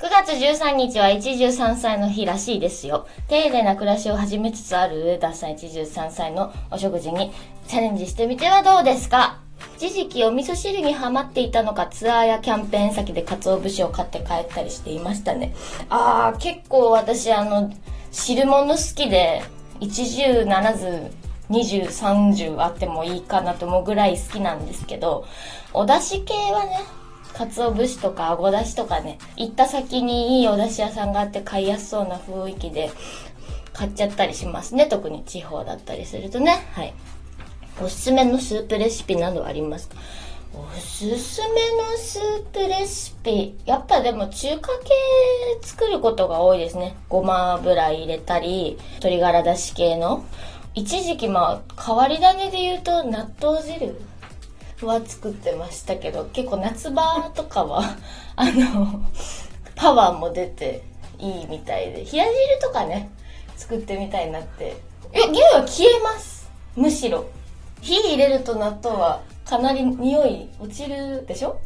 9月13日は一汁三菜の日らしいですよ。丁寧な暮らしを始めつつある上田さん一汁三菜のお食事にチャレンジしてみてはどうですか？一時期お味噌汁にハマっていたのか、ツアーやキャンペーン先で鰹節を買って帰ったりしていましたね。結構私汁物好きで、一汁ならず20、30あってもいいかなと思うぐらい好きなんですけど、お出汁系はね、鰹節とかあごだしとかね、行った先にいいお出汁屋さんがあって買いやすそうな雰囲気で買っちゃったりしますね。特に地方だったりするとね。はい。おすすめのスープレシピなどありますか？おすすめのスープレシピ、やっぱでも中華系作ることが多いですね。ごま油入れたり、鶏ガラだし系の。一時期変わり種で言うと納豆汁は作ってましたけど、結構夏場とかはパワーも出ていいみたいで、冷や汁とかね作ってみたいなって。牛は消えます。むしろ火入れると納豆はかなり匂い落ちるでしょ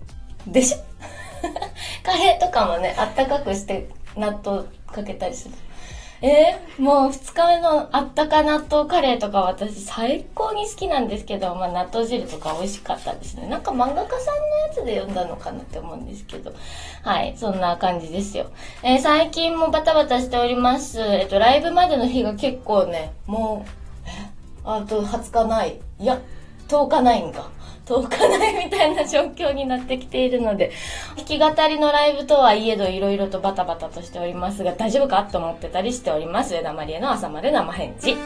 カレーとかもね、あったかくして納豆かけたりする。もう2日目のあったか納豆カレーとか私最高に好きなんですけど、納豆汁とか美味しかったですね。なんか漫画家さんのやつで読んだのかなって思うんですけど、はい、そんな感じですよ。最近もバタバタしております。ライブまでの日が結構ね、もうあと20日ない、いや10日ないんか、10日ないみたいな状況になってきているので、弾き語りのライブとはいえどいろいろとバタバタとしておりますが、大丈夫かと思ってたりしております。上田まりえの朝まで生返事。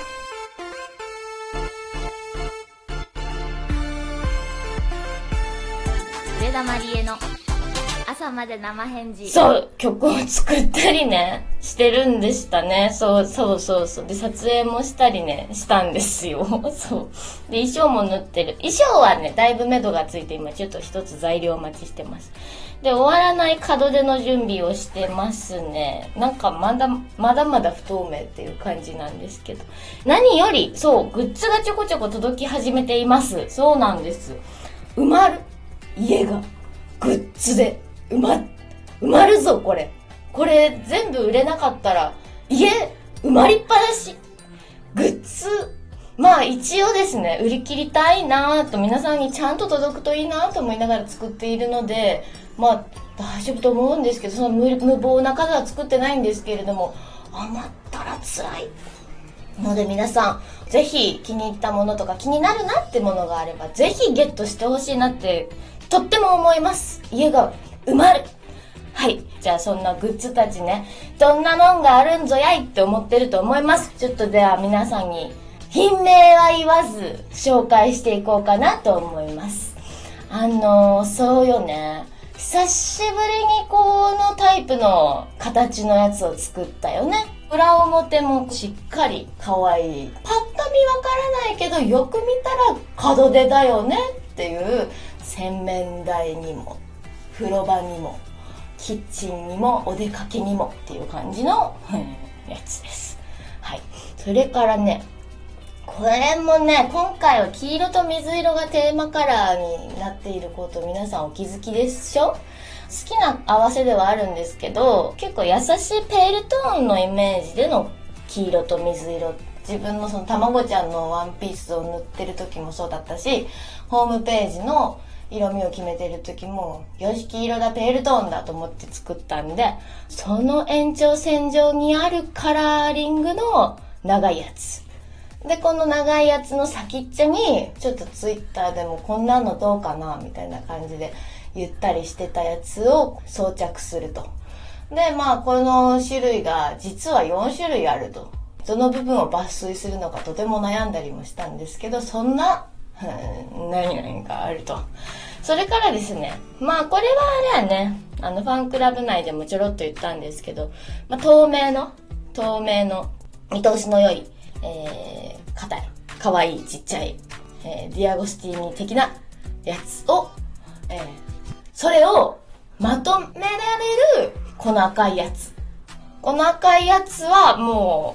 上田まりえの朝まで生返事。 そう、曲を作ったりねしてるんでしたね。そうで、撮影もしたりねしたんですよ。そうで、衣装も縫ってる。衣装はねだいぶ目処がついて、今ちょっと一つ材料待ちしてます。で、終わらない門出の準備をしてますね。なんかまだまだ不透明っていう感じなんですけど、何よりそうグッズがちょこちょこ届き始めています。そうなんです。埋まる家がグッズで埋まるぞ。これ全部売れなかったら家埋まりっぱなし。グッズ一応ですね、売り切りたいなと、皆さんにちゃんと届くといいなと思いながら作っているので、大丈夫と思うんですけど、その無謀な数は作ってないんですけれども、余ったら辛いので、皆さんぜひ気に入ったものとか気になるなってものがあればぜひゲットしてほしいなってとっても思います。家が埋まる。はい。じゃあそんなグッズたちね、どんなもんがあるんぞやいって思ってると思います。ちょっとでは皆さんに品名は言わず紹介していこうかなと思います。そうよね。久しぶりにこのタイプの形のやつを作ったよね。裏表もしっかり可愛い。パッと見わからないけど、よく見たら門出だよねっていう、洗面台にも風呂場にもキッチンにもお出かけにもっていう感じのやつです。はい。それからね、これもね、今回は黄色と水色がテーマカラーになっていること皆さんお気づきでしょ？好きな合わせではあるんですけど、結構優しいペールトーンのイメージでの黄色と水色。自分のそのたまごちゃんのワンピースを塗ってる時もそうだったし、ホームページの色味を決めてる時も、よし黄色だペールトーンだと思って作ったんで、その延長線上にあるカラーリングの長いやつで、この長いやつの先っちょにちょっとツイッターでもこんなのどうかなみたいな感じで言ったりしてたやつを装着すると。で、この種類が実は4種類あると。どの部分を抜粋するのかとても悩んだりもしたんですけど、そんな何々があると。それからですね、これはあれやね、ファンクラブ内でもちょろっと言ったんですけど、透明の見通しの良い、硬い可愛いちっちゃい、ディアゴスティーニ的なやつを、それをまとめられるこの赤いやつ。この赤いやつはもう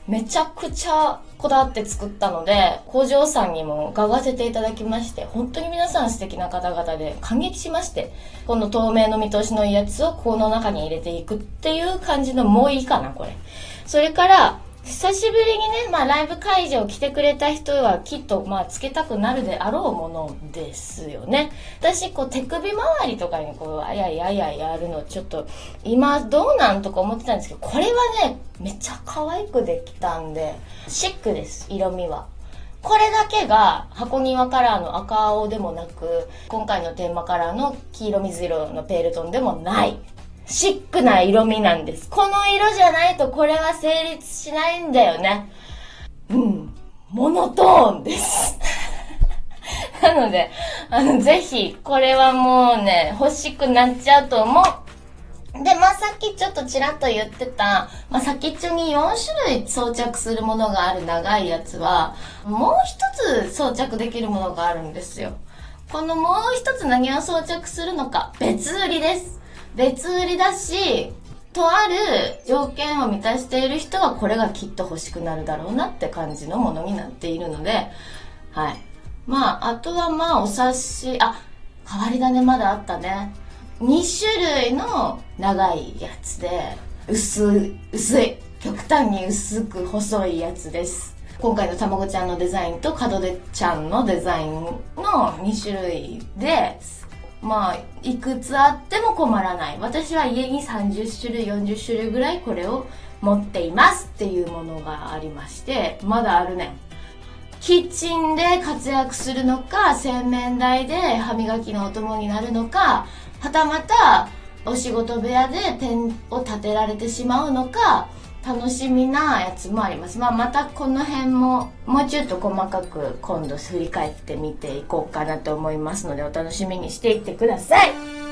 めちゃくちゃこだわって作ったので、工場さんにも伺わせていただきまして、本当に皆さん素敵な方々で感激しまして、この透明の見通しのいいやつをこの中に入れていくっていう感じの、もういいかなこれ。それから久しぶりにね、ライブ会場来てくれた人はきっとつけたくなるであろうものですよね。私手首周りとかにあやいやいややるのちょっと今どうなんとか思ってたんですけど、これはねめっちゃ可愛くできたんでシックです。色味はこれだけが箱庭カラーの赤青でもなく、今回のテーマカラーの黄色水色のペールトンでもないシックな色味なんです。この色じゃないとこれは成立しないんだよね。モノトーンですなのでぜひこれはもうね欲しくなっちゃうと思う。でさっきちょっとちらっと言ってた、先っちょに4種類装着するものがある長いやつはもう一つ装着できるものがあるんですよ。このもう一つ何を装着するのか別売りです。別売りだし、とある条件を満たしている人はこれがきっと欲しくなるだろうなって感じのものになっているので、はい。あとはお察し、変わり種まだあったね。2種類の長いやつで、薄い。極端に薄く細いやつです。今回のたまごちゃんのデザインと門出ちゃんのデザインの2種類で、いくつあっても困らない。私は家に30種類40種類ぐらいこれを持っていますっていうものがありまして、まだあるねん。キッチンで活躍するのか、洗面台で歯磨きのお供になるのか、はたまたお仕事部屋でペンを立てられてしまうのか、楽しみなやつもあります。またこの辺ももうちょっと細かく今度振り返ってみていこうかなと思いますので、お楽しみにしていってください。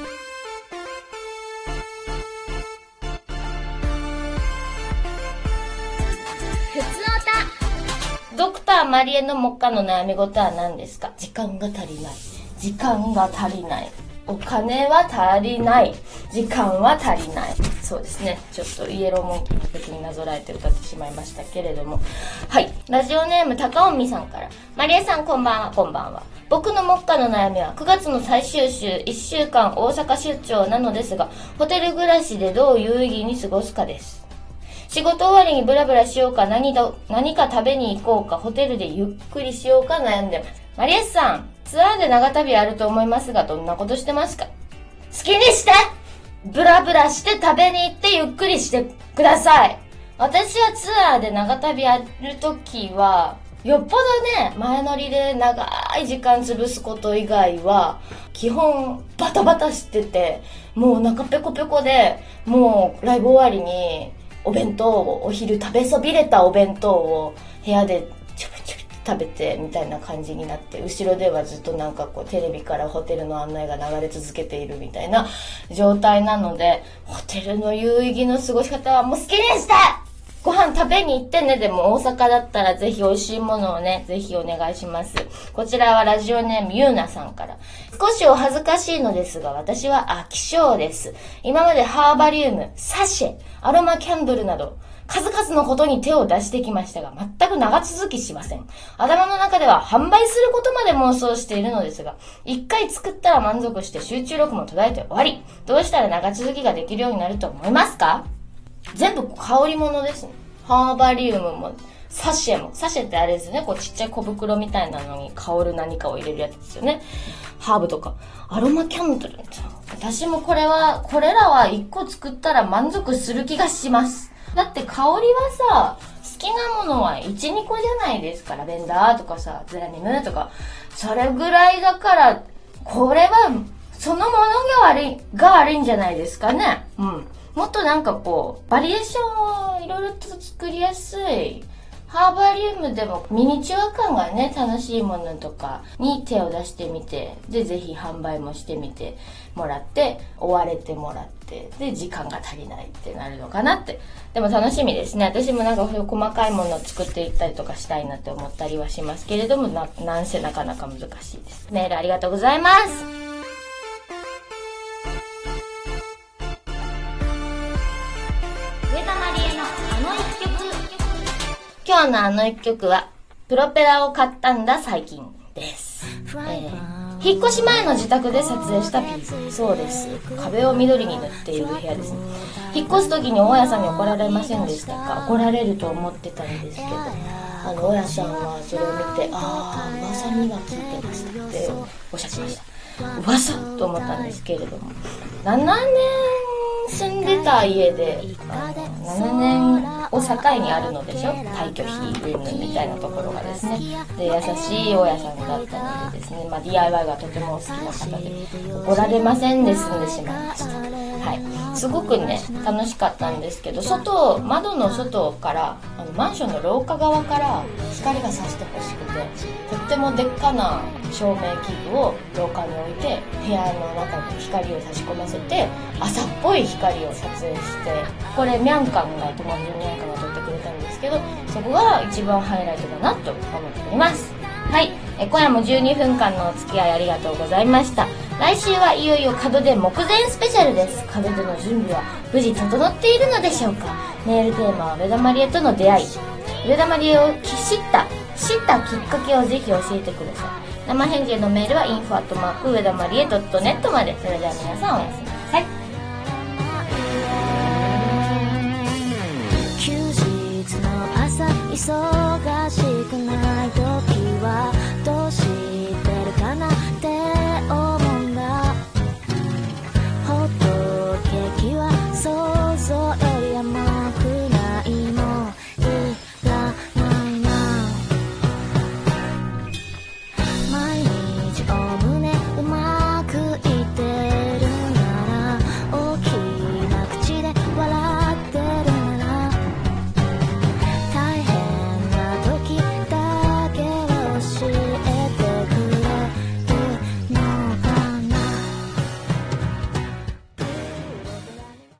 ドクターマリエの目下の悩み事は何ですか？時間が足りない。時間が足りない。お金は足りない。時間は足りない。そうですね。ちょっとイエローモンキーの曲になぞらえて歌ってしまいましたけれども。はい。ラジオネーム高尾美さんから。マリエさんこんばんは、こんばんは。僕の目下の悩みは9月の最終週1週間大阪出張なのですが、ホテル暮らしでどう有意義に過ごすかです。仕事終わりにブラブラしようか何か食べに行こうかホテルでゆっくりしようか悩んでます。マリエさん、ツアーで長旅あると思いますがどんなことしてますか？好きにしてブラブラして食べに行ってゆっくりしてください。私はツアーで長旅やるときはよっぽどね、前乗りで長い時間潰すこと以外は基本バタバタしてて、もうお腹ペコペコで、もうライブ終わりにお弁当を、お昼食べそびれたお弁当を部屋でチュプチュプ食べてみたいな感じになって、後ろではずっとテレビからホテルの案内が流れ続けているみたいな状態なので、ホテルの有意義の過ごし方はもう好きにしてご飯食べに行ってね。でも大阪だったらぜひ美味しいものをね、ぜひお願いします。こちらはラジオネームゆうなさんから。少しお恥ずかしいのですが、私は飽き性です。今までハーバリウム、サシェ、アロマキャンドルなど、数々のことに手を出してきましたが、全く長続きしません。頭の中では販売することまで妄想しているのですが、一回作ったら満足して集中力も途絶えて終わり。どうしたら長続きができるようになると思いますか？全部香り物ですね。ハーバリウムも、サシェも。サシェってあれですね。ちっちゃい小袋みたいなのに香る何かを入れるやつですよね。ハーブとか。アロマキャンドル。私もこれらは一個作ったら満足する気がします。だって香りはさ、好きなものは1、2個じゃないですか。ラベンダーとかさ、ゼラニムとか。それぐらいだから、これは、そのものが悪いんじゃないですかね。うん。もっとバリエーションをいろいろと作りやすい。ハーバリウムでもミニチュア感がね、楽しいものとかに手を出してみて、で、ぜひ販売もしてみてもらって、追われてもらって、で、時間が足りないってなるのかなって。でも楽しみですね。私も細かいものを作っていったりとかしたいなって思ったりはしますけれども、なんせなかなか難しいです。メールありがとうございます。 今日のあの一曲は、プロペラを買ったんだ最近です。引っ越し前の自宅で撮影した PV。そうです。壁を緑に塗っている部屋ですね。引っ越す時に大家さんに怒られませんでしたか？怒られると思ってたんですけど、大家さんはそれを見て、噂には聞いてましたっておっしゃってました。噂と思ったんですけれども、7年住んでた家で、7年を境にあるのでしょ、退去費云々みたいなところがですね。で、優しい大家さんだったのでですね、DIY がとてもお好きな方で、怒られませんで済んでしまいました。はい。すごくね、楽しかったんですけど、窓の外から、マンションの廊下側から光が差してほしくて、とってもでっかな照明器具を廊下に置いて、部屋の中に光を差し込ませて、朝っぽい光を撮影して、これ友達のミャンカンが撮ってくれたんですけど、そこが一番ハイライトだなと思っております。はい、今夜も12分間のお付き合いありがとうございました。来週はいよいよ門出目前スペシャルです。門出の準備は無事整っているのでしょうか。メールテーマは上田まりえとの出会い。上田まりえを知ったきっかけをぜひ教えてください。生返事のメールは info@ 上田まりえ .net まで。それでは皆さんおやすみなさい。 休日の朝急